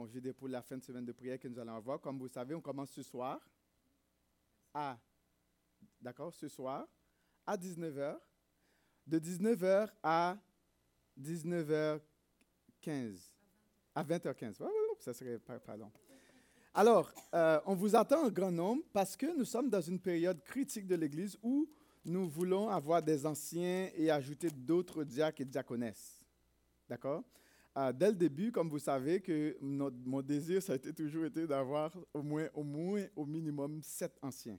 Je dis pour la fin de semaine de prière que nous allons avoir. Comme vous savez, on commence ce soir à, d'accord, ce soir à 19h, de 19h à 19h15, à 20h15. Ouais, ouais, ouais, ça serait pas long. Alors, on vous attend en grand nombre parce que nous sommes dans une période critique de l'Église où nous voulons avoir des anciens et ajouter d'autres diacres et diaconesses. D'accord? Dès le début, comme vous savez, que mon désir, ça a toujours été d'avoir au minimum 7 anciens.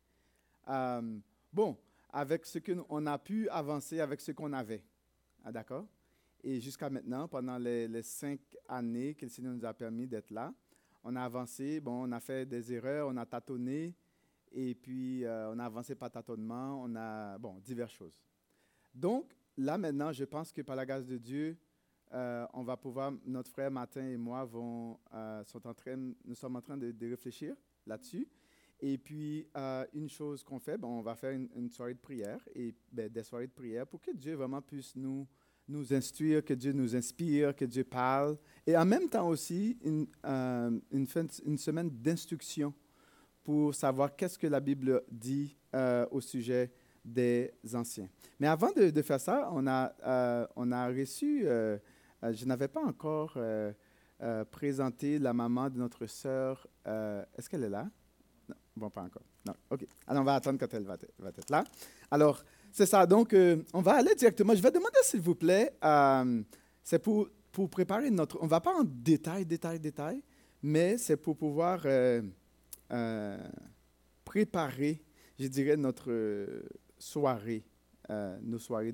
Bon, avec ce qu'on a pu avancer avec ce qu'on avait. D'accord? Et jusqu'à maintenant, pendant les 5 années que le Seigneur nous a permis d'être là, on a avancé, bon, on a fait des erreurs, on a tâtonné, et puis on a avancé par tâtonnement, on a, bon, diverses choses. Donc, là maintenant, je pense que par la grâce de Dieu, on va pouvoir, notre frère Martin et moi nous sommes en train de réfléchir là-dessus. Et puis, une chose qu'on fait, on va faire une soirée de prière, et des soirées de prière pour que Dieu vraiment puisse nous instruire, que Dieu nous inspire, que Dieu parle. Et en même temps aussi, une semaine d'instruction pour savoir qu'est-ce que la Bible dit au sujet des anciens. Mais avant de faire ça, on a reçu, je n'avais pas encore présenté la maman de notre sœur. Est-ce qu'elle est là? Non, bon, pas encore. Non, OK. Alors, on va attendre quand elle va être là. Alors, c'est ça. Donc, on va aller directement. Je vais demander, s'il vous plaît, c'est pour préparer notre... On ne va pas en détail, mais c'est pour pouvoir préparer, je dirais, notre soirée, nos soirées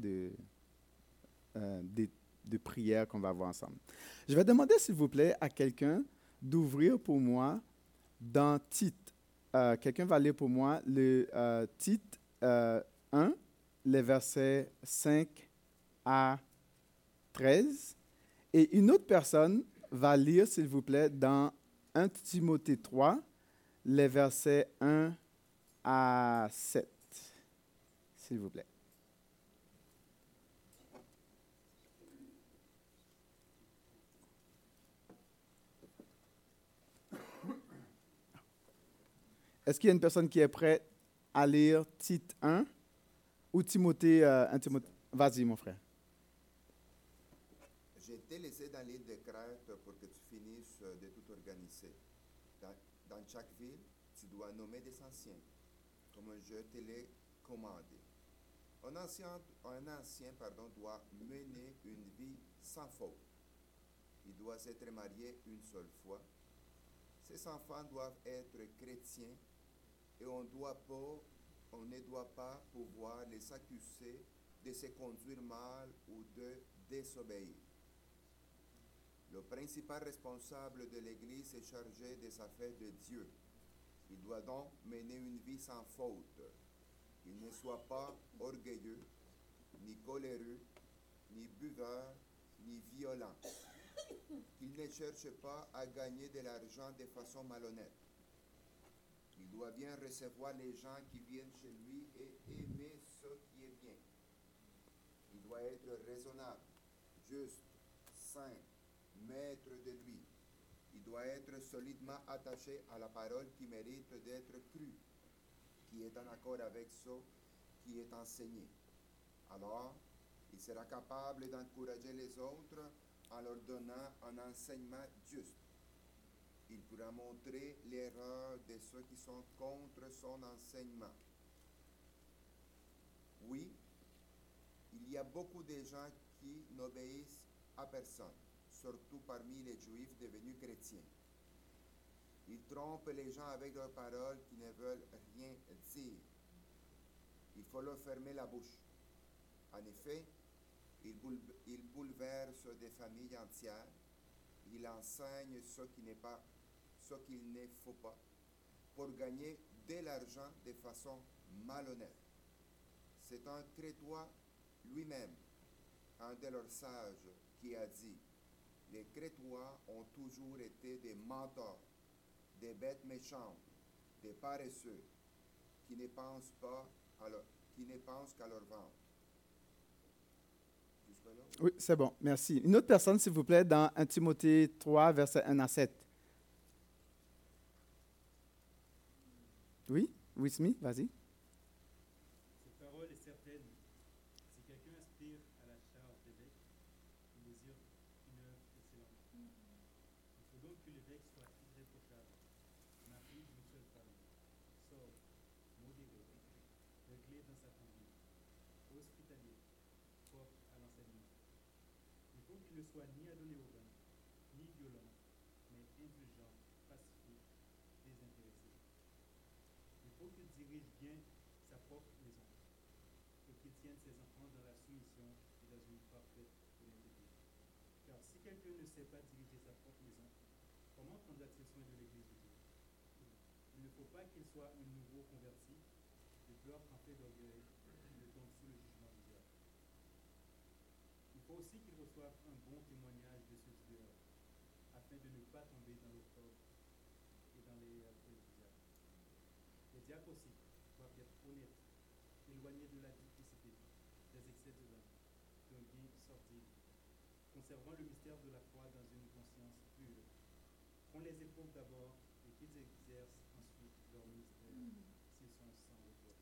de prière qu'on va avoir ensemble. Je vais demander, s'il vous plaît, à quelqu'un d'ouvrir pour moi dans Tite. Quelqu'un va lire pour moi le Tite 1, les versets 5 à 13. Et une autre personne va lire, s'il vous plaît, dans 1 Timothée 3, les versets 1 à 7. S'il vous plaît. Est-ce qu'il y a une personne qui est prête à lire Tite 1 ou Timothée 1 Timothée? Vas-y, mon frère. Je t'ai laissé dans l'île de Crète pour que tu finisses de tout organiser. Dans chaque ville, tu dois nommer des anciens, comme je te l'ai commandé. Un ancien doit mener une vie sans faute. Il doit s'être marié une seule fois. Ses enfants doivent être chrétiens et on ne doit pas pouvoir les accuser de se conduire mal ou de désobéir. Le principal responsable de l'Église est chargé des affaires de Dieu. Il doit donc mener une vie sans faute. Il ne soit pas orgueilleux, ni coléreux, ni buveur, ni violent. Il ne cherche pas à gagner de l'argent de façon malhonnête. Il doit bien recevoir les gens qui viennent chez lui et aimer ce qui est bien. Il doit être raisonnable, juste, saint, maître de lui. Il doit être solidement attaché à la parole qui mérite d'être crue, qui est en accord avec ce qui est enseigné. Alors, il sera capable d'encourager les autres en leur donnant un enseignement juste. Il pourra montrer l'erreur de ceux qui sont contre son enseignement. Oui, il y a beaucoup de gens qui n'obéissent à personne, surtout parmi les Juifs devenus chrétiens. Ils trompent les gens avec leurs paroles qui ne veulent rien dire. Il faut leur fermer la bouche. En effet, ils bouleversent des familles entières. Ils enseignent ce qu'il ne faut pas pour gagner de l'argent de façon malhonnête. C'est un Crétois lui-même, un de leurs sages, qui a dit: les Crétois ont toujours été des menteurs, des bêtes méchantes, des paresseux, qui ne pensent qu'à leur ventre. Oui, c'est bon, merci. Une autre personne, s'il vous plaît, dans 1 Timothée 3, versets 1 à 7. Oui, Will Smith, vas-y. Cette parole est certaine. Si quelqu'un aspire à la charge d'évêque, il désire une œuvre excellente. Il faut donc que l'évêque soit irréprochable, mari d'une seule femme, sobre, modéré, réglé dans sa conduite, hospitalier, propre à l'enseignement. Il faut qu'il ne soit ni adonné au vin, ni violent, mais indulgent, pacifique, désintéressé. Il faut qu'il dirige bien sa propre maison et qu'il tienne ses enfants dans la soumission et dans une parfaite honnêteté. Car si quelqu'un ne sait pas diriger sa propre maison, comment prendra-t-il soin de l'Église de Dieu? Il ne faut pas qu'il soit un nouveau converti, de peur qu'en fait d'orgueil, il ne tombe sous le jugement du diable. Il faut aussi qu'il reçoive un bon témoignage de ceux du dehors, afin de ne pas tomber dans l'octobre et dans les pièges du diable. Les diacres aussi doivent être honnêtes, éloignés de la duplicité, des excès de vin, d'un bien sordide, conservant le mystère de la foi dans une conscience pure. Qu'on les éprouve d'abord et qu'ils exercent ensuite leur ministère s'ils sont sans reproche.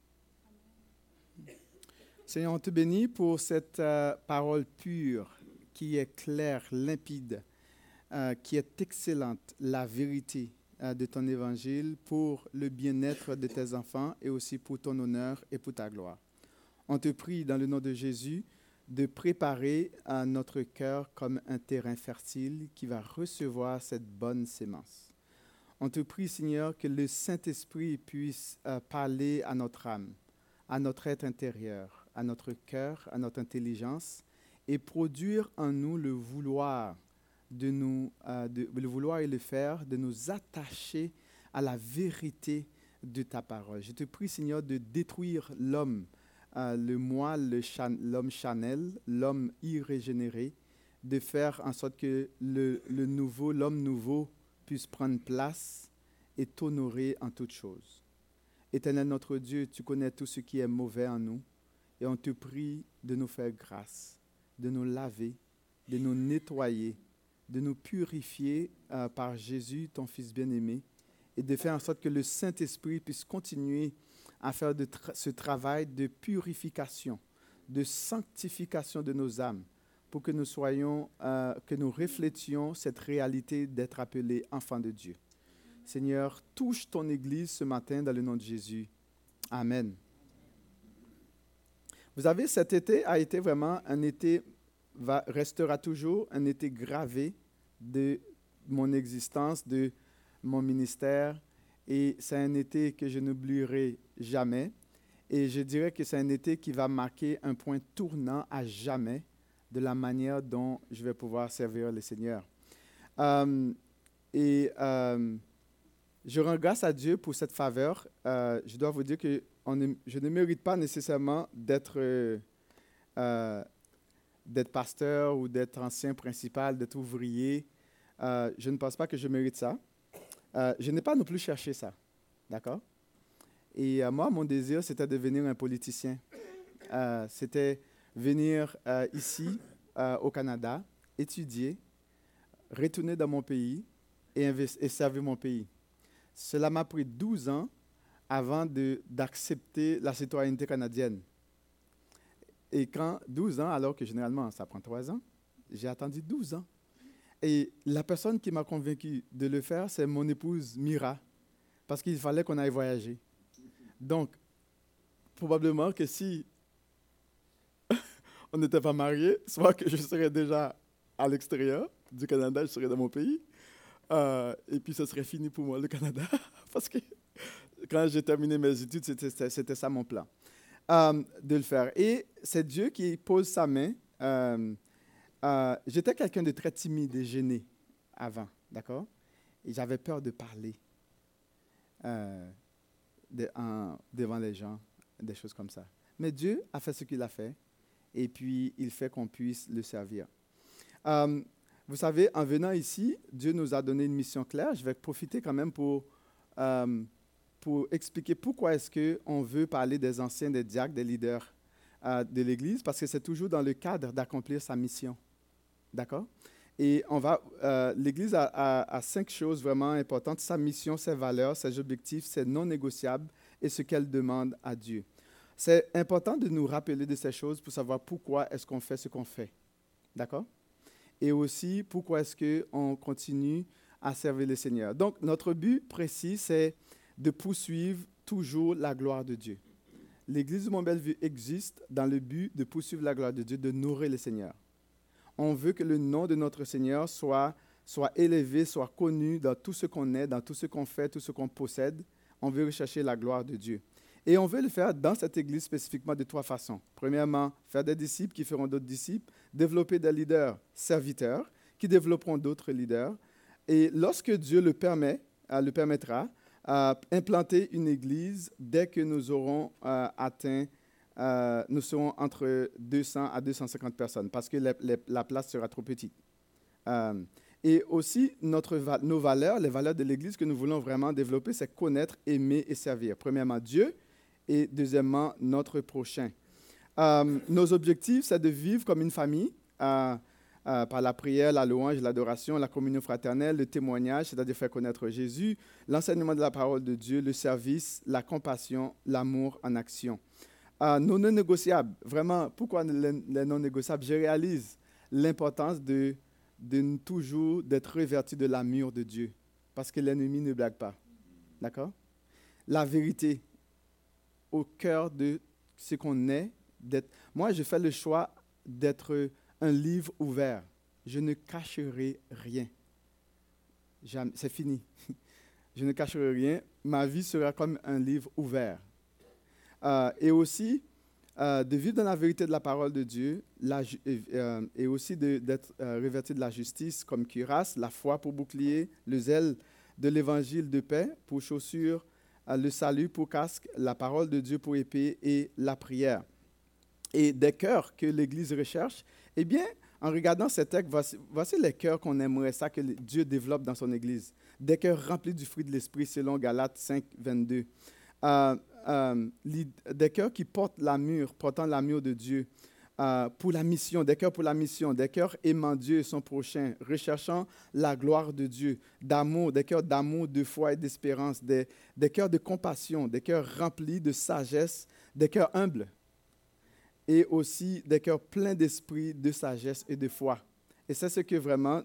Seigneur, on te bénit pour cette parole pure, qui est claire, limpide, qui est excellente, la vérité de ton évangile pour le bien-être de tes enfants et aussi pour ton honneur et pour ta gloire. On te prie dans le nom de Jésus de préparer notre cœur comme un terrain fertile qui va recevoir cette bonne sémence. On te prie, Seigneur, que le Saint-Esprit puisse parler à notre âme, à notre être intérieur, à notre cœur, à notre intelligence, et produire en nous le vouloir le vouloir et le faire, de nous attacher à la vérité de ta parole. Je te prie, Seigneur, de détruire l'homme, le moi, l'homme charnel, l'homme irrégénéré, de faire en sorte que l'homme nouveau puisse prendre place et t'honorer en toutes choses. Éternel notre Dieu, tu connais tout ce qui est mauvais en nous et on te prie de nous faire grâce, de nous laver, de nous nettoyer, de nous purifier par Jésus, ton Fils bien-aimé, et de faire en sorte que le Saint-Esprit puisse continuer à faire ce travail de purification, de sanctification de nos âmes, pour que que nous reflétions cette réalité d'être appelés enfants de Dieu. Seigneur, touche ton Église ce matin dans le nom de Jésus. Amen. Vous savez, cet été a été vraiment un été, restera toujours un été gravé de mon existence, de mon ministère. Et c'est un été que je n'oublierai jamais. Et je dirais que c'est un été qui va marquer un point tournant à jamais de la manière dont je vais pouvoir servir le Seigneur. Je rends grâce à Dieu pour cette faveur. Je dois vous dire que je ne mérite pas nécessairement d'être pasteur ou d'être ancien principal, d'être ouvrier. Je ne pense pas que je mérite ça. Je n'ai pas non plus cherché ça. D'accord? Et moi, mon désir, c'était de devenir un politicien. C'était venir ici, au Canada, étudier, retourner dans mon pays et servir mon pays. Cela m'a pris 12 ans avant d'accepter la citoyenneté canadienne. Et 12 ans, alors que généralement, ça prend 3 ans, j'ai attendu 12 ans. Et la personne qui m'a convaincu de le faire, c'est mon épouse Mira, parce qu'il fallait qu'on aille voyager. Donc, probablement que si on n'était pas mariés, soit que je serais déjà à l'extérieur du Canada, je serais dans mon pays, et puis ce serait fini pour moi, le Canada, parce que quand j'ai terminé mes études, c'était ça mon plan, de le faire. Et c'est Dieu qui pose sa main. J'étais quelqu'un de très timide et gêné avant, d'accord? Et j'avais peur de parler devant les gens, des choses comme ça. Mais Dieu a fait ce qu'il a fait, et puis il fait qu'on puisse le servir. Vous savez, en venant ici, Dieu nous a donné une mission claire. Je vais profiter quand même pour expliquer pourquoi est-ce qu'on veut parler des anciens, des diacres, des leaders de l'Église parce que c'est toujours dans le cadre d'accomplir sa mission. D'accord? Et l'Église a 5 choses vraiment importantes: sa mission, ses valeurs, ses objectifs, ses non négociables et ce qu'elle demande à Dieu. C'est important de nous rappeler de ces choses pour savoir pourquoi est-ce qu'on fait ce qu'on fait. D'accord? Et aussi, pourquoi est-ce qu'on continue à servir le Seigneur. Donc, notre but précis, c'est de poursuivre toujours la gloire de Dieu. L'Église du Mont-Bellevue existe dans le but de poursuivre la gloire de Dieu, de nourrir le Seigneur. On veut que le nom de notre Seigneur soit élevé, soit connu dans tout ce qu'on est, dans tout ce qu'on fait, tout ce qu'on possède. On veut rechercher la gloire de Dieu. Et on veut le faire dans cette Église spécifiquement de 3 façons. Premièrement, faire des disciples qui feront d'autres disciples, développer des leaders serviteurs qui développeront d'autres leaders. Et lorsque Dieu le permettra, implanter une Église dès que nous aurons nous serons entre 200 à 250 personnes parce que la place sera trop petite. Et aussi, nos valeurs, les valeurs de l'Église que nous voulons vraiment développer, c'est connaître, aimer et servir. Premièrement, Dieu et deuxièmement, notre prochain. Nos objectifs, c'est de vivre comme une famille par la prière, la louange, l'adoration, la communion fraternelle, le témoignage, c'est-à-dire faire connaître Jésus, l'enseignement de la parole de Dieu, le service, la compassion, l'amour en action. Nos non négociables, vraiment, pourquoi les non négociables? Je réalise l'importance de toujours d'être revêtu de l'amour de Dieu, parce que l'ennemi ne blague pas. D'accord? La vérité au cœur de ce qu'on est. Moi, je fais le choix d'être un livre ouvert. Je ne cacherai rien. C'est fini. Je ne cacherai rien. Ma vie sera comme un livre ouvert. Et aussi, de vivre dans la vérité de la parole de Dieu, et aussi d'être revêtu de la justice comme cuirasse, la foi pour bouclier, le zèle de l'évangile de paix pour chaussures, le salut pour casque, la parole de Dieu pour épée et la prière. Et des cœurs que l'Église recherche, eh bien, en regardant ces textes, voici les cœurs qu'on aimerait ça que Dieu développe dans son Église. Des cœurs remplis du fruit de l'Esprit selon Galates 5, 22. Des cœurs qui portant l'amour de Dieu pour la mission, des cœurs aimant Dieu et son prochain, recherchant la gloire de Dieu, des cœurs d'amour, de foi et d'espérance, des cœurs de compassion, des cœurs remplis de sagesse, des cœurs humbles et aussi des cœurs pleins d'esprit, de sagesse et de foi. Et c'est ce que vraiment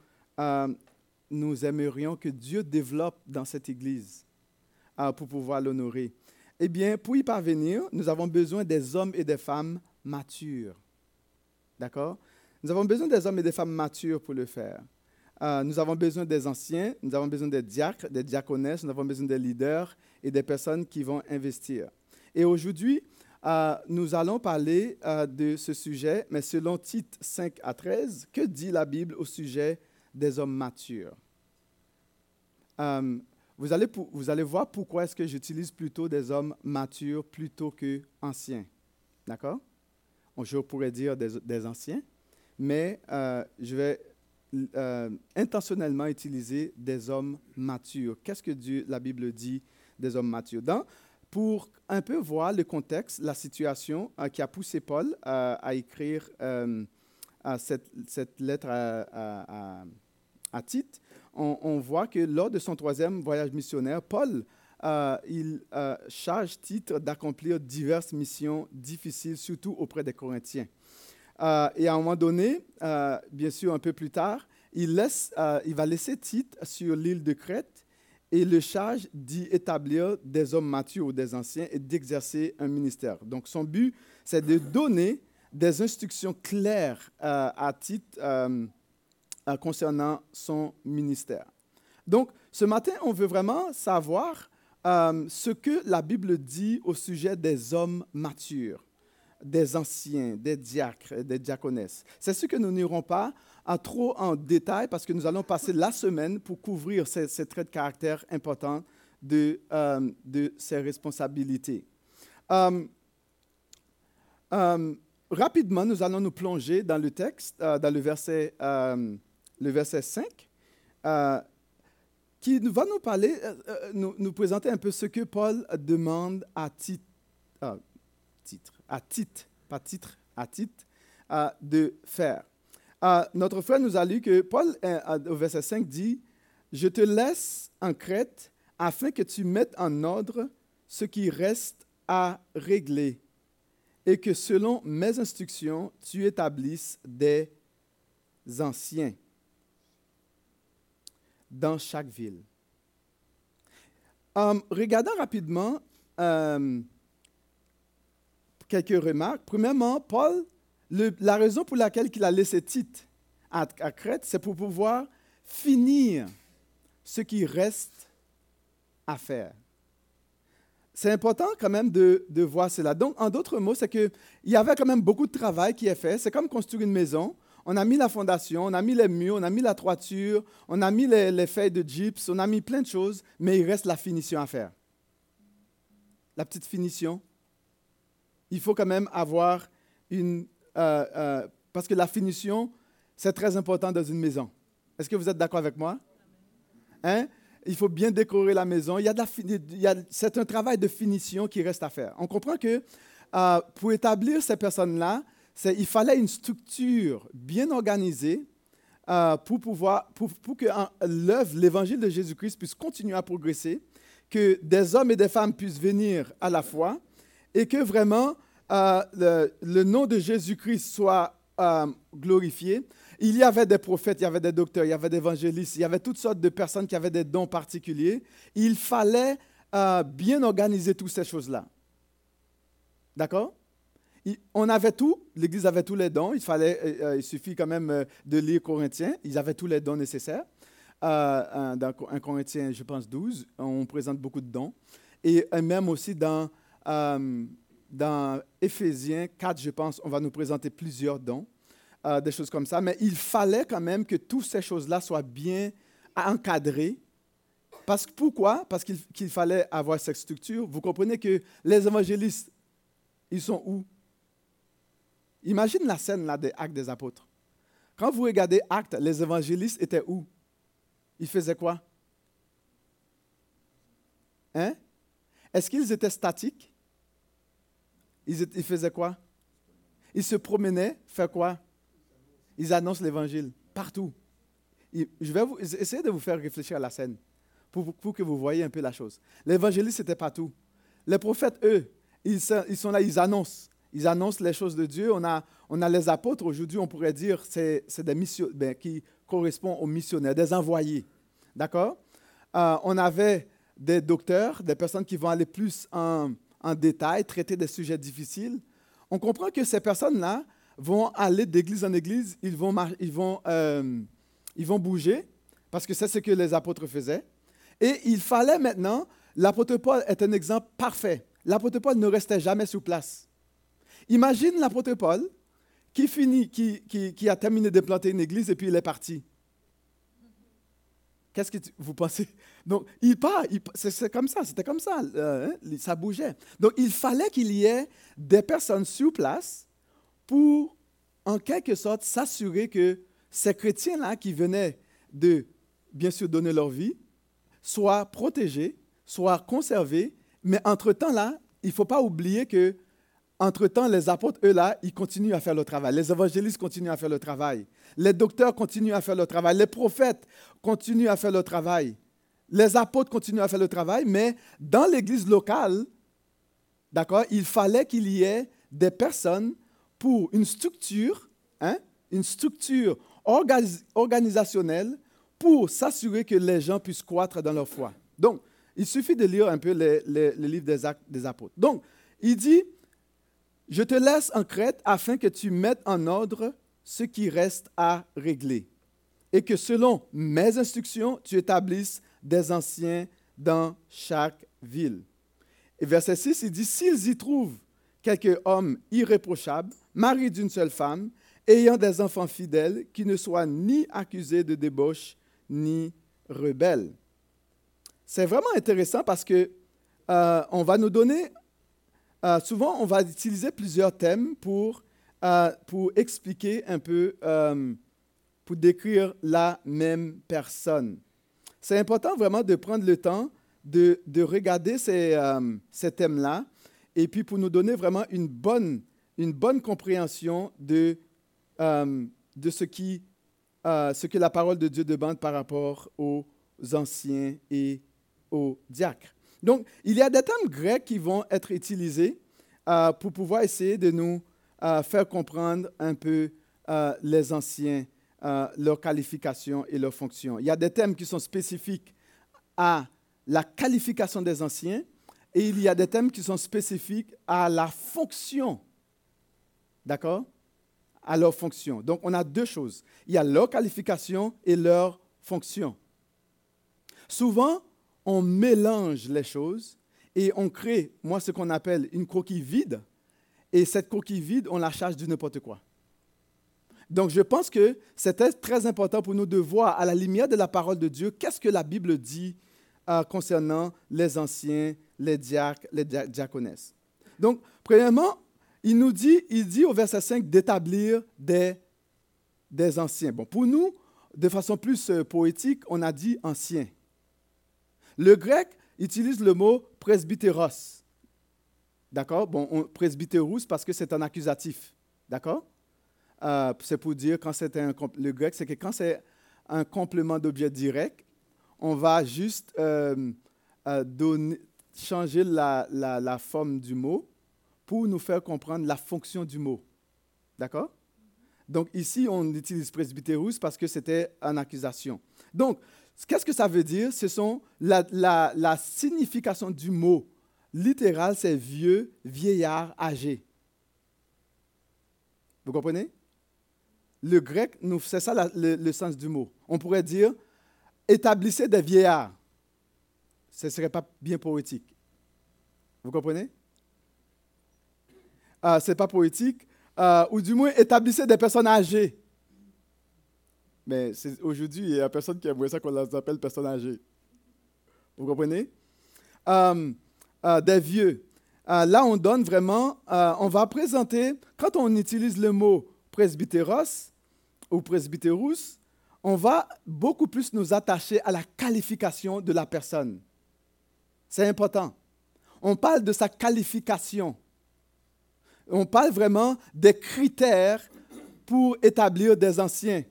nous aimerions que Dieu développe dans cette Église pour pouvoir l'honorer. Eh bien, pour y parvenir, nous avons besoin des hommes et des femmes matures. D'accord? Nous avons besoin des hommes et des femmes matures pour le faire. Nous avons besoin des anciens, nous avons besoin des diacres, des diaconesses, nous avons besoin des leaders et des personnes qui vont investir. Et aujourd'hui, nous allons parler de ce sujet, mais selon Tite 5 à 13, que dit la Bible au sujet des hommes matures? Vous allez voir pourquoi est-ce que j'utilise plutôt des hommes matures plutôt qu'anciens. D'accord? Je pourrais dire des anciens, mais je vais intentionnellement utiliser des hommes matures. Qu'est-ce que la Bible dit des hommes matures? Pour un peu voir le contexte, la situation qui a poussé Paul à écrire cette lettre à Tite, on voit que lors de son 3e voyage missionnaire, Paul charge Tite d'accomplir diverses missions difficiles, surtout auprès des Corinthiens. Et à un moment donné, bien sûr un peu plus tard, il va laisser Tite sur l'île de Crète et le charge d'y établir des hommes matures ou des anciens et d'exercer un ministère. Donc son but, c'est de donner des instructions claires à Tite concernant son ministère. Donc, ce matin, on veut vraiment savoir ce que la Bible dit au sujet des hommes matures, des anciens, des diacres, des diaconesses. C'est ce que nous n'irons pas trop en détail parce que nous allons passer la semaine pour couvrir ces traits de caractère importants de ces responsabilités. Rapidement, nous allons nous plonger dans le texte, dans le verset 5, qui va nous parler, nous présenter un peu ce que Paul demande à Tite, pas titre, à titre, de faire. Notre frère nous a lu que Paul, au verset 5, dit « Je te laisse en Crète afin que tu mettes en ordre ce qui reste à régler et que selon mes instructions, tu établisses des anciens dans chaque ville. » Regardons rapidement quelques remarques. Premièrement, Paul, la raison pour laquelle il a laissé Tite à Crète, c'est pour pouvoir finir ce qui reste à faire. C'est important quand même de voir cela. Donc, en d'autres mots, c'est qu'il y avait quand même beaucoup de travail qui est fait. C'est comme construire une maison. On a mis la fondation, on a mis les murs, on a mis la toiture, on a mis les feuilles de gypse, on a mis plein de choses, mais il reste la finition à faire. La petite finition. Il faut quand même avoir une... parce que la finition, c'est très important dans une maison. Est-ce que vous êtes d'accord avec moi? Hein? Il faut bien décorer la maison. C'est un travail de finition qui reste à faire. On comprend que pour établir ces personnes-là, il fallait une structure bien organisée pour que l'œuvre, l'évangile de Jésus-Christ puisse continuer à progresser, que des hommes et des femmes puissent venir à la foi et que vraiment le nom de Jésus-Christ soit glorifié. Il y avait des prophètes, il y avait des docteurs, il y avait des évangélistes, il y avait toutes sortes de personnes qui avaient des dons particuliers. Il fallait bien organiser toutes ces choses-là. D'accord? On avait tout, l'Église avait tous les dons, il suffit quand même de lire Corinthiens, ils avaient tous les dons nécessaires. Dans 1 Corinthiens, je pense 12, on présente beaucoup de dons. Et même aussi dans Éphésiens 4, je pense, on va nous présenter plusieurs dons, des choses comme ça. Mais il fallait quand même que toutes ces choses-là soient bien encadrées. Pourquoi? Parce qu'il fallait avoir cette structure. Vous comprenez que les évangélistes, ils sont où? Imagine la scène là des Actes des Apôtres. Quand vous regardez Actes, les évangélistes étaient où? Ils faisaient quoi? Hein? Est-ce qu'ils étaient statiques? Ils faisaient quoi? Ils se promenaient, faire quoi? Ils annoncent l'évangile partout. Je vais essayer de vous faire réfléchir à la scène pour que vous voyez un peu la chose. L'évangéliste, c'était partout. Les prophètes, eux, ils sont là, ils annoncent. Ils annoncent les choses de Dieu. On a les apôtres, aujourd'hui, on pourrait dire, c'est des missionnaires qui correspondent aux missionnaires, des envoyés. D'accord? On avait des docteurs, des personnes qui vont aller plus en détail, traiter des sujets difficiles. On comprend que ces personnes-là vont aller d'église en église, ils vont bouger, parce que c'est ce que les apôtres faisaient. Et il fallait maintenant, l'apôtre Paul est un exemple parfait. L'apôtre Paul ne restait jamais sur place. Imagine l'apôtre Paul qui a terminé de planter une église et puis il est parti. Qu'est-ce que vous pensez? Donc, il part, c'était comme ça, ça bougeait. Donc, il fallait qu'il y ait des personnes sur place pour, en quelque sorte, s'assurer que ces chrétiens-là qui venaient de, bien sûr, donner leur vie, soient protégés, soient conservés, mais entre-temps, là, il ne faut pas oublier que entre-temps, les apôtres, eux, là, ils continuent à faire le travail. Les évangélistes continuent à faire le travail. Les docteurs continuent à faire le travail. Les prophètes continuent à faire le travail. Les apôtres continuent à faire le travail, mais dans l'église locale, d'accord, il fallait qu'il y ait des personnes pour une structure organisationnelle pour s'assurer que les gens puissent croître dans leur foi. Donc, il suffit de lire un peu le livre des Actes des Apôtres. Donc, il dit, « Je te laisse en Crète afin que tu mettes en ordre ce qui reste à régler et que selon mes instructions, tu établisses des anciens dans chaque ville. » Et verset 6, il dit, « S'ils y trouvent quelques hommes irréprochables, mariés d'une seule femme, ayant des enfants fidèles, qui ne soient ni accusés de débauche, ni rebelles. » C'est vraiment intéressant parce que on va nous donner, souvent on va utiliser plusieurs thèmes pour expliquer un peu, pour décrire la même personne. C'est important vraiment de prendre le temps de regarder ces thèmes-là et puis pour nous donner vraiment une bonne une bonne compréhension de ce que la parole de Dieu demande par rapport aux anciens et aux diacres. Donc, il y a des termes grecs qui vont être utilisés pour pouvoir essayer de nous faire comprendre un peu les anciens, leurs qualifications et leurs fonctions. Il y a des termes qui sont spécifiques à la qualification des anciens et il y a des termes qui sont spécifiques à la fonction. D'accord? À leur fonction. Donc, on a deux choses. Il y a leur qualification et leur fonction. Souvent, on mélange les choses et on crée, moi, ce qu'on appelle une coquille vide. Et cette coquille vide, on la charge de n'importe quoi. Donc, je pense que c'était très important pour nous de voir, à la lumière de la parole de Dieu, qu'est-ce que la Bible dit concernant les anciens, les diacres, les diaconesses. Donc, premièrement, il dit au verset 5 d'établir des anciens. Bon, pour nous, de façon plus poétique, on a dit anciens. Le grec utilise le mot presbyteros. D'accord? Bon, presbyteros parce que c'est un accusatif. D'accord? C'est pour dire, le grec, c'est que quand c'est un complément d'objet direct, on va juste changer la forme du mot pour nous faire comprendre la fonction du mot. D'accord? Donc ici, on utilise presbyteros parce que c'était une accusation. Donc, qu'est-ce que ça veut dire? Ce sont la signification du mot littéral, c'est vieux, vieillard, âgé. Vous comprenez? Le grec, c'est ça le sens du mot. On pourrait dire établissez des vieillards. Ce ne serait pas bien poétique. Vous comprenez? Ce n'est pas poétique. Ou du moins, établissez des personnes âgées. Mais aujourd'hui, il n'y a personne qui aimerait ça qu'on les appelle personnes âgées. Vous comprenez? Des vieux. Là, on donne vraiment, on va présenter, quand on utilise le mot presbyteros ou presbyterus, on va beaucoup plus nous attacher à la qualification de la personne. C'est important. On parle de sa qualification. On parle vraiment des critères pour établir des anciens.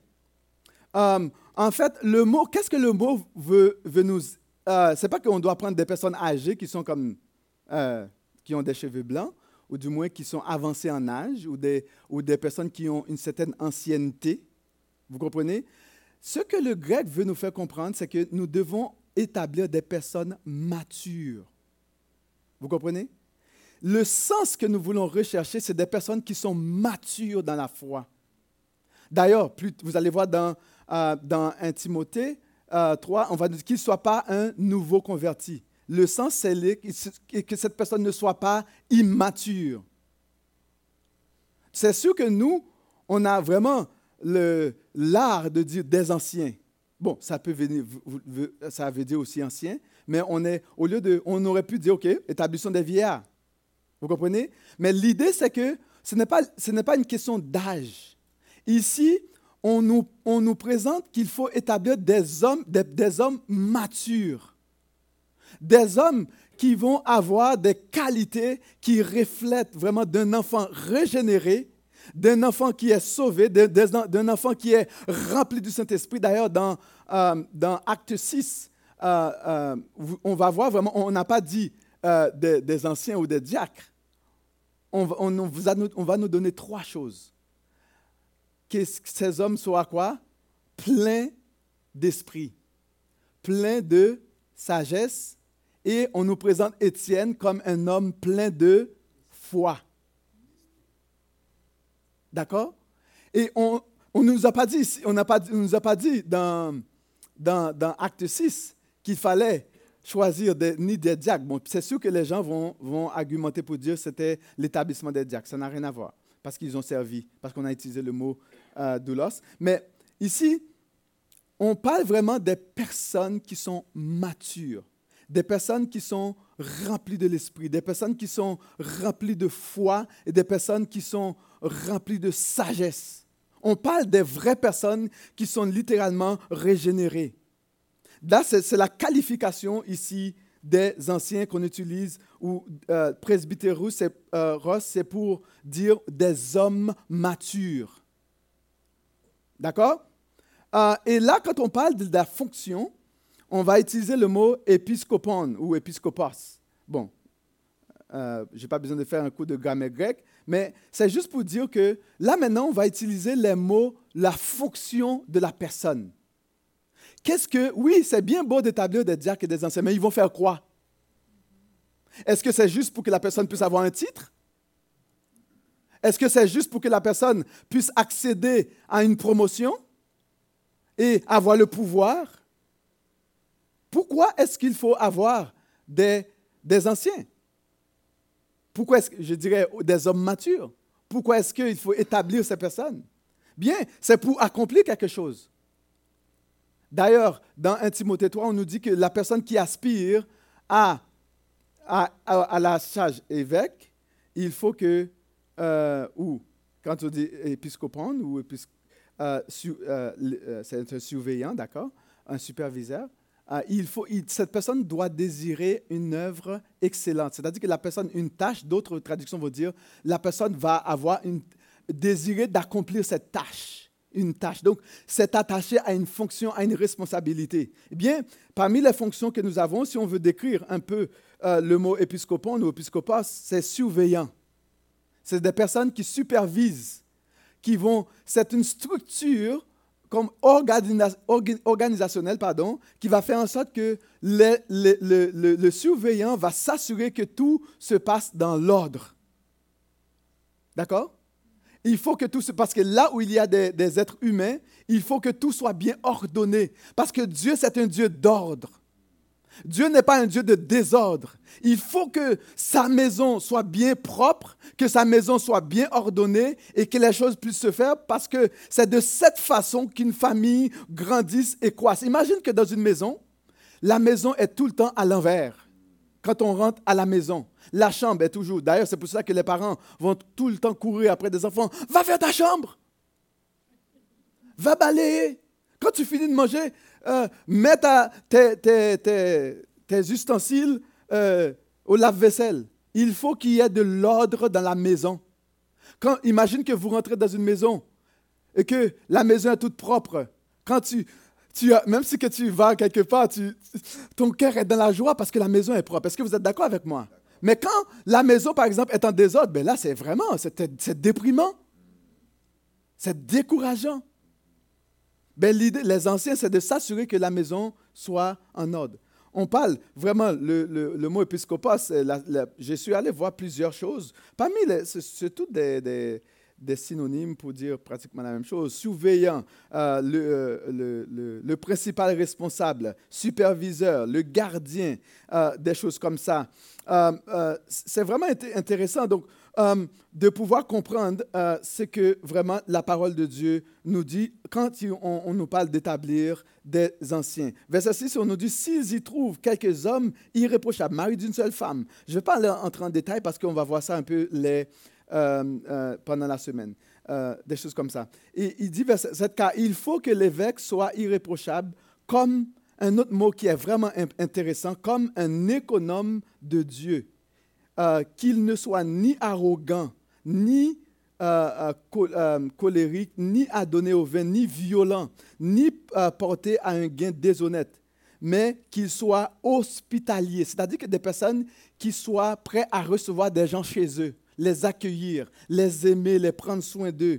En fait, le mot, qu'est-ce que le mot veut nous... c'est pas qu'on doit prendre des personnes âgées qui sont comme... qui ont des cheveux blancs, ou du moins qui sont avancées en âge, ou des personnes qui ont une certaine ancienneté. Vous comprenez? Ce que le grec veut nous faire comprendre, c'est que nous devons établir des personnes matures. Vous comprenez? Le sens que nous voulons rechercher, c'est des personnes qui sont matures dans la foi. D'ailleurs, vous allez voir dans 1 Timothée 3, on va dire qu'il ne soit pas un nouveau converti. Le sens, c'est que cette personne ne soit pas immature. C'est sûr que nous, on a vraiment l'art de dire des anciens. Bon, ça veut dire aussi ancien, mais on aurait pu dire, OK, établissons des vieillards. Vous comprenez? Mais l'idée, c'est que ce n'est pas une question d'âge. Ici, on nous présente qu'il faut établir des hommes matures. Des hommes qui vont avoir des qualités qui reflètent vraiment d'un enfant régénéré, d'un enfant qui est sauvé, d'un enfant qui est rempli du Saint-Esprit. D'ailleurs, dans Acte 6, on va voir vraiment, on n'a pas dit des anciens ou des diacres. On va nous donner trois choses. Que ces hommes soient quoi? Pleins d'esprit, pleins de sagesse, et on nous présente Étienne comme un homme plein de foi. D'accord? Et on ne nous a pas dit, dans Acte 6 qu'il fallait choisir ni des diacres. Bon, c'est sûr que les gens vont argumenter pour dire que c'était l'établissement des diacres. Ça n'a rien à voir, parce qu'ils ont servi, parce qu'on a utilisé le mot doulos. Mais ici, on parle vraiment des personnes qui sont matures, des personnes qui sont remplies de l'esprit, des personnes qui sont remplies de foi et des personnes qui sont remplies de sagesse. On parle des vraies personnes qui sont littéralement régénérées. Là, c'est la qualification ici des anciens qu'on utilise, ou presbytéros, c'est pour dire des hommes matures. D'accord? Et là, quand on parle de la fonction, on va utiliser le mot épiscopon ou épiscopos. Bon, je n'ai pas besoin de faire un cours de grammaire grecque, mais c'est juste pour dire que là, maintenant, on va utiliser les mots, la fonction de la personne. Oui, c'est bien beau d'établir des diacres et des anciens, mais ils vont faire quoi? Est-ce que c'est juste pour que la personne puisse avoir un titre? Est-ce que c'est juste pour que la personne puisse accéder à une promotion et avoir le pouvoir? Pourquoi est-ce qu'il faut avoir des anciens? Pourquoi est-ce que je dirais des hommes matures? Pourquoi est-ce qu'il faut établir ces personnes? Bien, c'est pour accomplir quelque chose. D'ailleurs, dans 1 Timothée 3, on nous dit que la personne qui aspire à la charge évêque, il faut que, ou quand on dit épiscopon, ou c'est un surveillant, d'accord, un superviseur, cette personne doit désirer une œuvre excellente. C'est-à-dire que la personne, une tâche, d'autres traductions vont dire, la personne va avoir désirer d'accomplir cette tâche. Une tâche. Donc, c'est attaché à une fonction, à une responsabilité. Eh bien, parmi les fonctions que nous avons, si on veut décrire un peu le mot épiscopon ou épiscopos, c'est surveillant. C'est des personnes qui supervisent, c'est une structure comme organisationnelle, qui va faire en sorte que le surveillant va s'assurer que tout se passe dans l'ordre. D'accord? Il faut que tout se... Parce que là où il y a des êtres humains, il faut que tout soit bien ordonné. Parce que Dieu, c'est un Dieu d'ordre. Dieu n'est pas un Dieu de désordre. Il faut que sa maison soit bien propre, que sa maison soit bien ordonnée et que les choses puissent se faire parce que c'est de cette façon qu'une famille grandisse et croisse. Imagine que dans une maison, la maison est tout le temps à l'envers. Quand on rentre à la maison, la chambre est toujours... D'ailleurs, c'est pour ça que les parents vont tout le temps courir après des enfants. Va faire ta chambre. Va balayer. Quand tu finis de manger, mets tes ustensiles au lave-vaisselle. Il faut qu'il y ait de l'ordre dans la maison. Imagine que vous rentrez dans une maison et que la maison est toute propre. Quand même si que tu vas quelque part, ton cœur est dans la joie parce que la maison est propre. Est-ce que vous êtes d'accord avec moi? Mais quand la maison, par exemple, est en désordre, ben là, c'est déprimant. C'est décourageant. Ben, l'idée, les anciens, c'est de s'assurer que la maison soit en ordre. On parle vraiment, le mot épiscopos, je suis allé voir plusieurs choses. Parmi c'est toutes des synonymes pour dire pratiquement la même chose. Surveillant, le principal responsable, superviseur, le gardien, des choses comme ça. C'est vraiment intéressant donc, de pouvoir comprendre ce que vraiment la parole de Dieu nous dit quand on nous parle d'établir des anciens. Verset 6, on nous dit « S'ils y trouvent quelques hommes irréprochables, mariés d'une seule femme ». Je ne vais pas entrer en détail parce qu'on va voir ça un peu pendant la semaine, des choses comme ça. Et il dit, verset 7, « Car il faut que l'évêque soit irréprochable comme un autre mot qui est vraiment intéressant, comme un économe de Dieu, qu'il ne soit ni arrogant, ni colérique, ni adonné au vin, ni violent, ni porté à un gain déshonnête, mais qu'il soit hospitalier, c'est-à-dire que des personnes qui soient prêtes à recevoir des gens chez eux, les accueillir, les aimer, les prendre soin d'eux.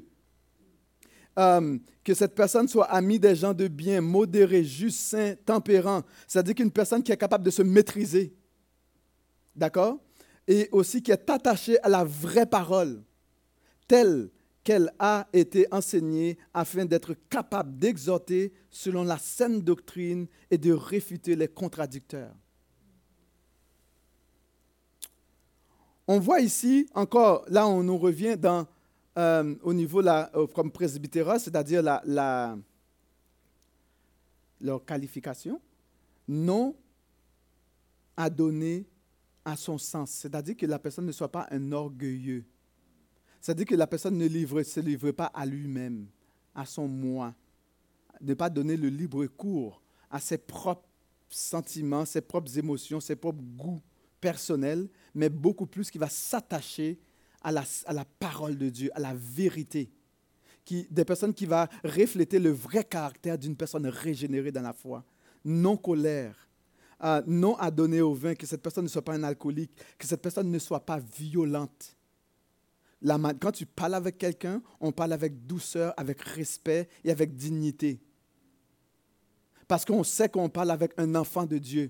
Que cette personne soit amie des gens de bien, modéré, juste, saint, tempérant. C'est-à-dire qu'une personne qui est capable de se maîtriser. D'accord? Et aussi qui est attachée à la vraie parole, telle qu'elle a été enseignée afin d'être capable d'exhorter selon la saine doctrine et de réfuter les contradicteurs. On voit ici, encore, là on nous revient au niveau comme presbytéros, c'est-à-dire leur qualification, non adonnée à son sens. C'est-à-dire que la personne ne soit pas un orgueilleux. C'est-à-dire que la personne ne se livre pas à lui-même, à son moi, ne pas donner le libre cours à ses propres sentiments, ses propres émotions, ses propres goûts personnels, mais beaucoup plus qui va s'attacher à la parole de Dieu, à la vérité. Des personnes qui vont refléter le vrai caractère d'une personne régénérée dans la foi. Non colère, non à donner au vin, que cette personne ne soit pas un alcoolique, que cette personne ne soit pas violente. Quand tu parles avec quelqu'un, on parle avec douceur, avec respect et avec dignité. Parce qu'on sait qu'on parle avec un enfant de Dieu.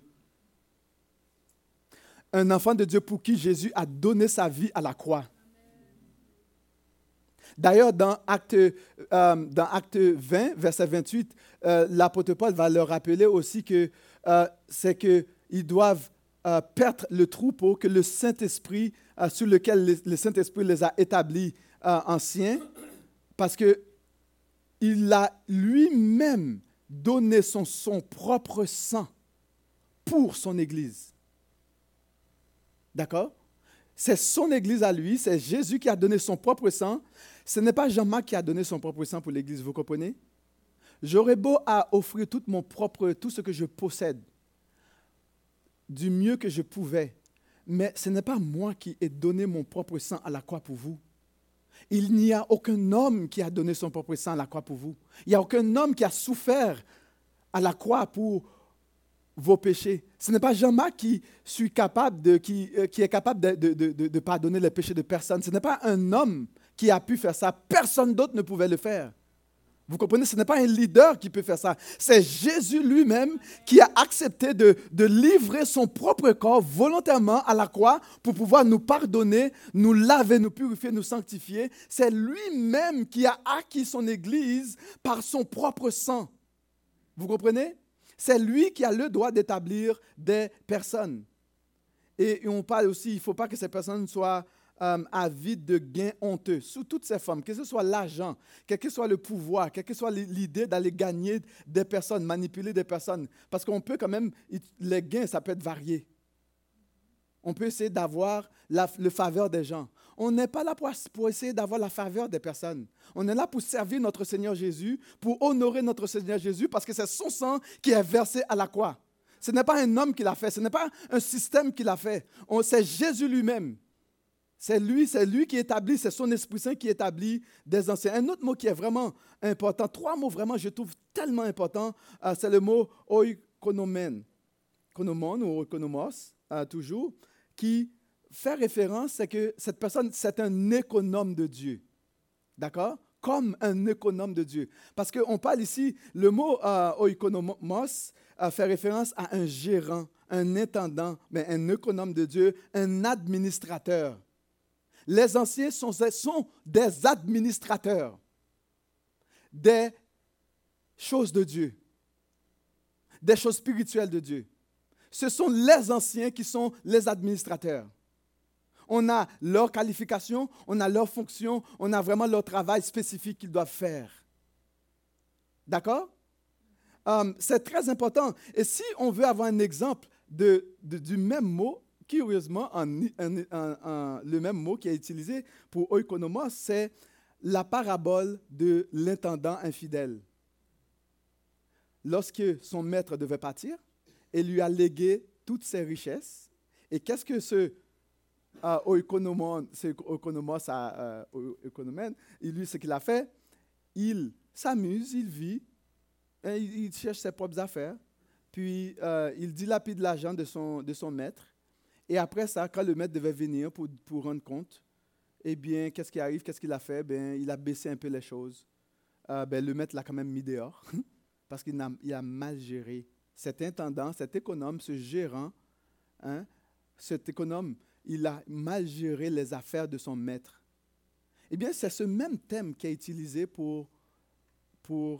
Un enfant de Dieu pour qui Jésus a donné sa vie à la croix. D'ailleurs, dans Acte 20, verset 28, l'apôtre Paul va leur rappeler aussi que c'est qu'ils doivent perdre le troupeau que le Saint-Esprit, sur lequel le Saint-Esprit les a établis anciens, parce qu'il a lui-même donné son propre sang pour son Église. D'accord? C'est son Église à lui, c'est Jésus qui a donné son propre sang. Ce n'est pas Jean-Marc qui a donné son propre sang pour l'Église, vous comprenez? J'aurais beau à offrir tout ce que je possède, du mieux que je pouvais, mais ce n'est pas moi qui ai donné mon propre sang à la croix pour vous. Il n'y a aucun homme qui a donné son propre sang à la croix pour vous. Il n'y a aucun homme qui a souffert à la croix pour vos péchés. Ce n'est pas Jean-Marc qui est capable de pardonner les péchés de personne. Ce n'est pas un homme qui a pu faire ça. Personne d'autre ne pouvait le faire. Vous comprenez? Ce n'est pas un leader qui peut faire ça. C'est Jésus lui-même qui a accepté de livrer son propre corps volontairement à la croix pour pouvoir nous pardonner, nous laver, nous purifier, nous sanctifier. C'est lui-même qui a acquis son Église par son propre sang. Vous comprenez? C'est lui qui a le droit d'établir des personnes. Et on parle aussi, il ne faut pas que ces personnes soient avides de gains honteux. Sous toutes ces formes, que ce soit l'argent, quel que soit le pouvoir, quelle que soit l'idée d'aller gagner des personnes, manipuler des personnes. Parce qu'on peut quand même, les gains, ça peut être varié. On peut essayer d'avoir le faveur des gens. On n'est pas là pour essayer d'avoir la faveur des personnes. On est là pour servir notre Seigneur Jésus, pour honorer notre Seigneur Jésus, parce que c'est son sang qui est versé à la croix. Ce n'est pas un homme qui l'a fait, ce n'est pas un système qui l'a fait. C'est Jésus lui-même. C'est lui qui établit, c'est son Esprit Saint qui établit des anciens. Un autre mot qui est vraiment important, 3 mots vraiment, je trouve tellement importants, c'est le mot oikonomène, konomon ou oikonomos, toujours, qui fait référence, c'est que cette personne, c'est un économe de Dieu. D'accord? Comme un économe de Dieu. Parce qu'on parle ici, le mot oikonomos fait référence à un gérant, un intendant, mais un économe de Dieu, un administrateur. Les anciens sont des administrateurs des choses de Dieu, des choses spirituelles de Dieu. Ce sont les anciens qui sont les administrateurs. On a leur qualification, on a leur fonction, on a vraiment leur travail spécifique qu'ils doivent faire. D'accord? C'est très important. Et si on veut avoir un exemple du même mot, curieusement, le même mot qui est utilisé pour oikonomos, c'est la parabole de l'intendant infidèle. Lorsque son maître devait partir, il lui a légué toutes ses richesses. Et qu'est-ce que ce oikonomène, lui, ce qu'il a fait, il s'amuse, il vit, il cherche ses propres affaires, puis il dilapide l'argent de son maître. Et après ça, quand le maître devait venir pour rendre compte, eh bien, qu'est-ce qui arrive? Qu'est-ce qu'il a fait? Il a baissé un peu les choses. Le maître l'a quand même mis dehors parce qu'il a mal géré. Cet intendant, cet économe, ce gérant, cet économe, il a mal géré les affaires de son maître. Eh bien, c'est ce même thème qui est utilisé comme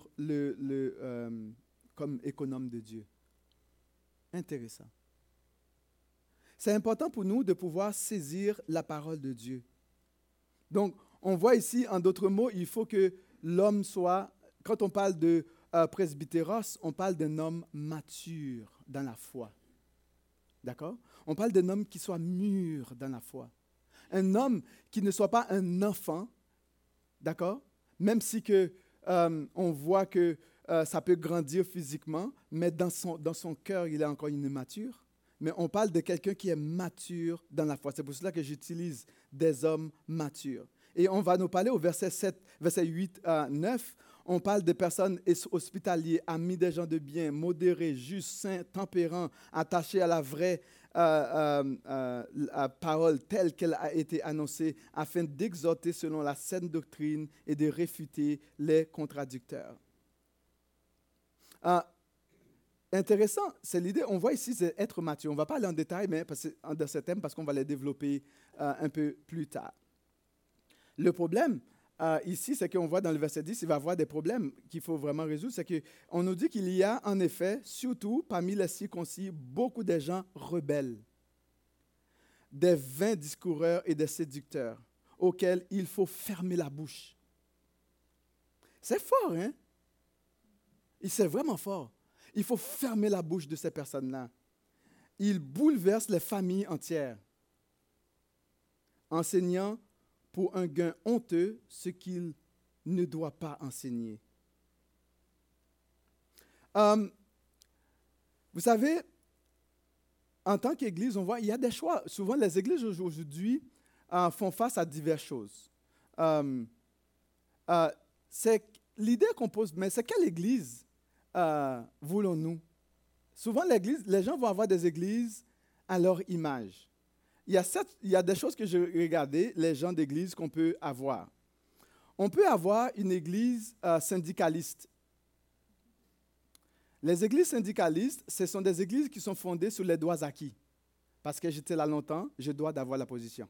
économe de Dieu. Intéressant. C'est important pour nous de pouvoir saisir la parole de Dieu. Donc, on voit ici, en d'autres mots, il faut que l'homme soit, quand on parle de presbytéros, on parle d'un homme mature dans la foi. D'accord? On parle d'un homme qui soit mûr dans la foi. Un homme qui ne soit pas un enfant, d'accord? Même si on voit que ça peut grandir physiquement, mais dans son cœur, il est encore immature. Mais on parle de quelqu'un qui est mature dans la foi. C'est pour cela que j'utilise des hommes matures. Et on va nous parler au verset 8 à 9. On parle de personnes hospitalières, amis des gens de bien, modérés, justes, saints, tempérants, attachés à la vraie parole telle qu'elle a été annoncée, afin d'exhorter selon la saine doctrine et de réfuter les contradicteurs. Intéressant, c'est l'idée. On voit ici, c'est être mature. On ne va pas aller en détail dans ce thème parce qu'on va les développer un peu plus tard. Le problème ici, c'est qu'on voit dans le verset 10, il va y avoir des problèmes qu'il faut vraiment résoudre. C'est qu'on nous dit qu'il y a en effet, surtout parmi les circoncis, beaucoup de gens rebelles, des vains discoureurs et des séducteurs, auxquels il faut fermer la bouche. C'est fort, hein? C'est vraiment fort. Il faut fermer la bouche de ces personnes-là. Ils bouleversent les familles entières, enseignant pour un gain honteux ce qu'il ne doit pas enseigner. Vous savez, en tant qu'Église, on voit il y a des choix. Souvent, les églises aujourd'hui font face à diverses choses. C'est l'idée qu'on pose, mais c'est quelle Église voulons-nous? Souvent, les gens vont avoir des églises à leur image. Il y a des choses que j'ai regardées, les gens d'église qu'on peut avoir. On peut avoir une église syndicaliste. Les églises syndicalistes, ce sont des églises qui sont fondées sur les droits acquis. Parce que j'étais là longtemps, je dois d'avoir la position.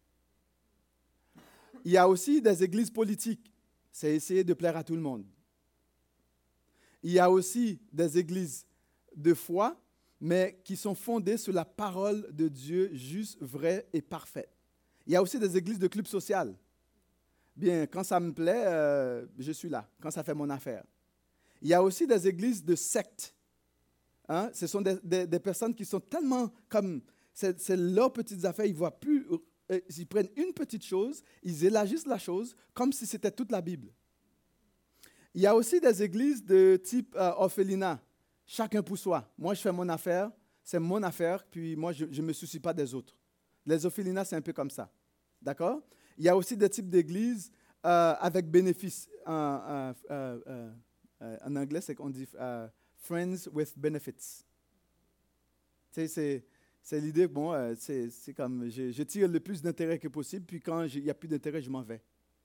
Il y a aussi des églises politiques. C'est essayer de plaire à tout le monde. Il y a aussi des églises de foi, mais qui sont fondées sur la parole de Dieu juste, vraie et parfaite. Il y a aussi des églises de club social. Bien, quand ça me plaît, je suis là, quand ça fait mon affaire. Il y a aussi des églises de sectes. Hein? Ce sont des personnes qui sont tellement comme... C'est leurs petites affaires, ils voient plus... Ils prennent une petite chose, ils élargissent la chose comme si c'était toute la Bible. Il y a aussi des églises de type orphelinat. Chacun pour soi. Moi, je fais mon affaire, c'est mon affaire, puis moi, je ne me soucie pas des autres. Les orphelinats, c'est un peu comme ça. D'accord? Il y a aussi des types d'églises avec bénéfices. En anglais, c'est qu'on dit friends with benefits. C'est l'idée, bon, c'est comme je tire le plus d'intérêt que possible, puis quand il n'y a plus d'intérêt, je m'en vais.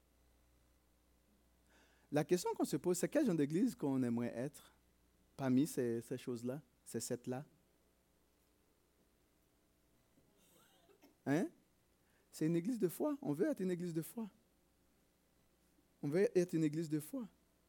La question qu'on se pose, c'est quel genre d'église qu'on aimerait être parmi ces choses-là, ces sept-là? Hein? C'est une église de foi. On veut être une église de foi. On veut être une église de foi.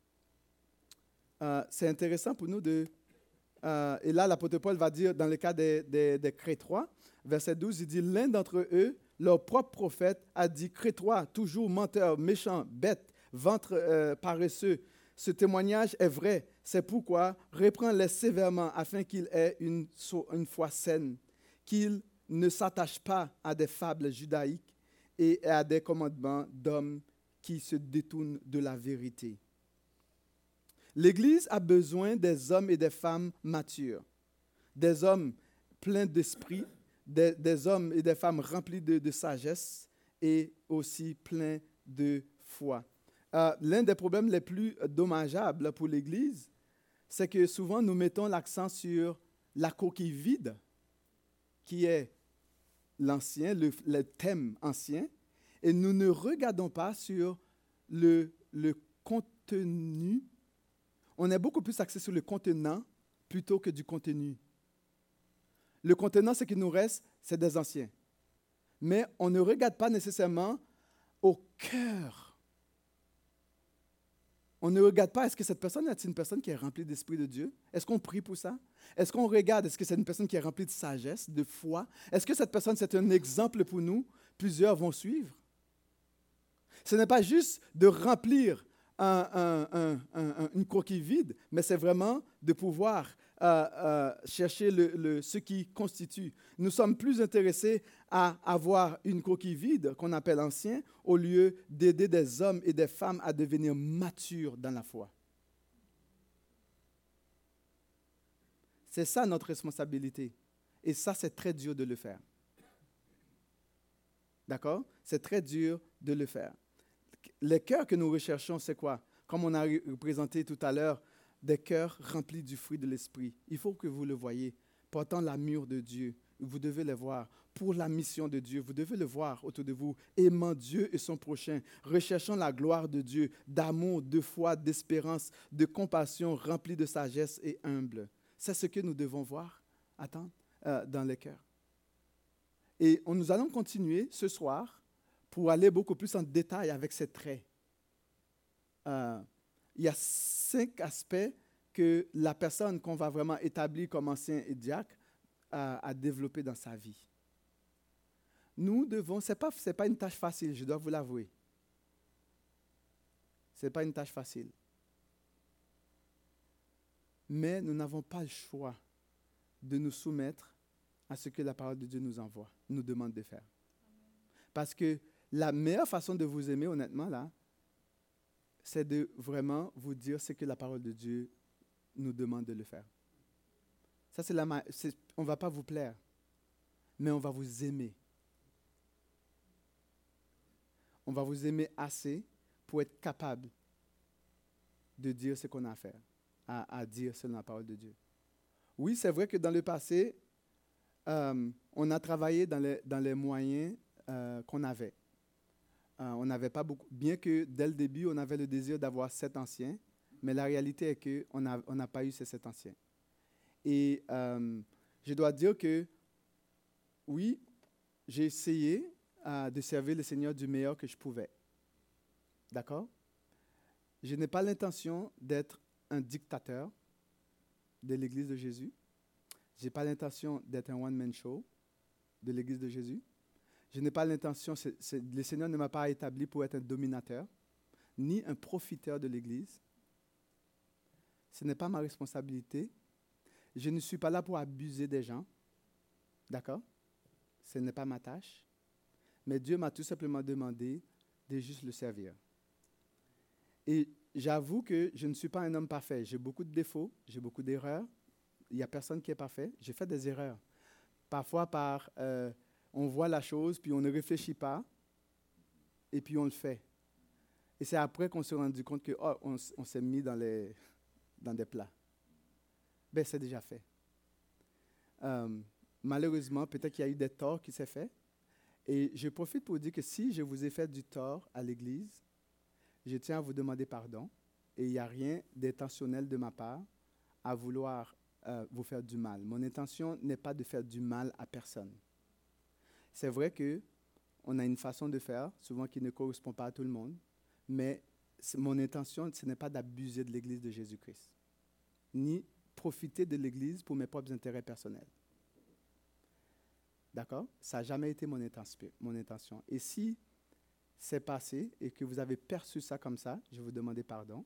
C'est intéressant pour nous de... et là, l'apôtre Paul va dire, dans le cas des Crétois, verset 12, il dit, l'un d'entre eux, leur propre prophète, a dit, Crétois, toujours menteur, méchant, bête, ventre paresseux. Ce témoignage est vrai. C'est pourquoi reprends-les sévèrement afin qu'ils aient une foi saine, qu'ils ne s'attachent pas à des fables judaïques et à des commandements d'hommes qui se détournent de la vérité. L'Église a besoin des hommes et des femmes matures, des hommes pleins d'esprit, des hommes et des femmes remplis de sagesse et aussi pleins de foi. L'un des problèmes les plus dommageables pour l'Église, c'est que souvent nous mettons l'accent sur la coquille vide, qui est l'ancien, le thème ancien, et nous ne regardons pas sur le contenu. On est beaucoup plus axé sur le contenant plutôt que du contenu. Le contenant, ce qui nous reste, c'est des anciens. Mais on ne regarde pas nécessairement au cœur. On ne regarde pas, est-ce que cette personne est une personne qui est remplie d'Esprit de Dieu? Est-ce qu'on prie pour ça? Est-ce qu'on regarde, est-ce que c'est une personne qui est remplie de sagesse, de foi? Est-ce que cette personne, c'est un exemple pour nous? Plusieurs vont suivre. Ce n'est pas juste de remplir une coquille vide, mais c'est vraiment de pouvoir chercher ce qui constitue. Nous sommes plus intéressés à avoir une coquille vide, qu'on appelle ancien, au lieu d'aider des hommes et des femmes à devenir matures dans la foi. C'est ça notre responsabilité. Et ça, c'est très dur de le faire. D'accord? C'est très dur de le faire. Les cœurs que nous recherchons, c'est quoi? Comme on a représenté tout à l'heure, des cœurs remplis du fruit de l'Esprit. Il faut que vous le voyez, portant l'amour de Dieu. Vous devez le voir. Pour la mission de Dieu, vous devez le voir autour de vous, aimant Dieu et son prochain, recherchant la gloire de Dieu, d'amour, de foi, d'espérance, de compassion, rempli de sagesse et humble. C'est ce que nous devons voir, attendre, dans les cœurs. Et nous allons continuer ce soir pour aller beaucoup plus en détail avec ces traits. Il y a 5 aspects que la personne qu'on va vraiment établir comme ancien et diacre a développé dans sa vie. Nous devons, ce n'est pas une tâche facile, je dois vous l'avouer. Ce n'est pas une tâche facile. Mais nous n'avons pas le choix de nous soumettre à ce que la parole de Dieu nous demande de faire. Parce que la meilleure façon de vous aimer, honnêtement, là, c'est de vraiment vous dire ce que la parole de Dieu nous demande de le faire. Ça, on ne va pas vous plaire, mais on va vous aimer. On va vous aimer assez pour être capable de dire ce qu'on a à faire, à dire selon la parole de Dieu. Oui, c'est vrai que dans le passé, on a travaillé dans les moyens qu'on avait. On n'avait pas beaucoup, bien que dès le début, on avait le désir d'avoir 7 anciens, mais la réalité est qu'on n'a pas eu ces 7 anciens. Et je dois dire que, oui, j'ai essayé de servir le Seigneur du meilleur que je pouvais. D'accord? Je n'ai pas l'intention d'être un dictateur de l'Église de Jésus. Je n'ai pas l'intention d'être un one-man show de l'Église de Jésus. Je n'ai pas l'intention, le Seigneur ne m'a pas établi pour être un dominateur, ni un profiteur de l'Église. Ce n'est pas ma responsabilité. Je ne suis pas là pour abuser des gens. D'accord? Ce n'est pas ma tâche. Mais Dieu m'a tout simplement demandé de juste le servir. Et j'avoue que je ne suis pas un homme parfait. J'ai beaucoup de défauts, j'ai beaucoup d'erreurs. Il n'y a personne qui est parfait. J'ai fait des erreurs. Parfois, on voit la chose, puis on ne réfléchit pas, et puis on le fait. Et c'est après qu'on s'est rendu compte qu'on s'est mis dans des plats. Ben, c'est déjà fait. Malheureusement, peut-être qu'il y a eu des torts qui s'est fait. Et je profite pour dire que si je vous ai fait du tort à l'Église, je tiens à vous demander pardon. Et il n'y a rien d'intentionnel de ma part à vouloir vous faire du mal. Mon intention n'est pas de faire du mal à personne. C'est vrai qu'on a une façon de faire, souvent qui ne correspond pas à tout le monde, mais mon intention, ce n'est pas d'abuser de l'Église de Jésus-Christ, ni profiter de l'Église pour mes propres intérêts personnels. D'accord? Ça n'a jamais été mon intention. Et si c'est passé et que vous avez perçu ça comme ça, je vous demande pardon.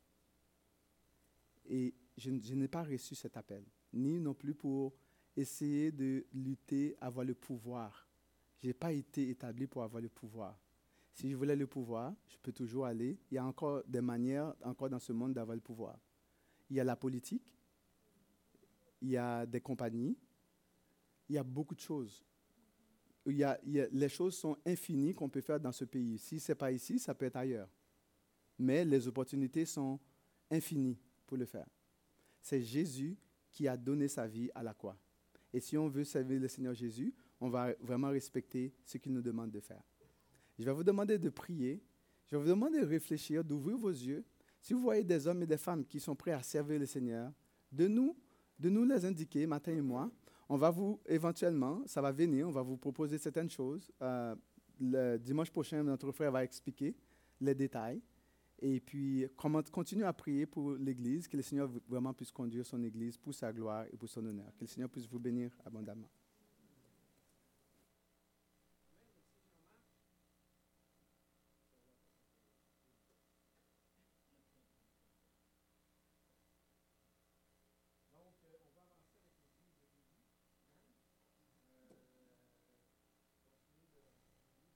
Et je n'ai pas reçu cet appel, ni non plus pour essayer de lutter, avoir le pouvoir. Je n'ai pas été établi pour avoir le pouvoir. Si je voulais le pouvoir, je peux toujours aller. Il y a encore des manières, encore dans ce monde, d'avoir le pouvoir. Il y a la politique, il y a des compagnies, il y a beaucoup de choses. Les choses sont infinies qu'on peut faire dans ce pays. Si ce n'est pas ici, ça peut être ailleurs. Mais les opportunités sont infinies pour le faire. C'est Jésus qui a donné sa vie à la croix. Et si on veut servir le Seigneur Jésus, on va vraiment respecter ce qu'il nous demande de faire. Je vais vous demander de prier. Je vais vous demander de réfléchir, d'ouvrir vos yeux. Si vous voyez des hommes et des femmes qui sont prêts à servir le Seigneur, de nous les indiquer, Martin et moi. On va éventuellement, ça va venir, on va vous proposer certaines choses. Le dimanche prochain, notre frère va expliquer les détails. Et puis, continuer à prier pour l'Église, que le Seigneur vraiment puisse conduire son Église pour sa gloire et pour son honneur. Que le Seigneur puisse vous bénir abondamment.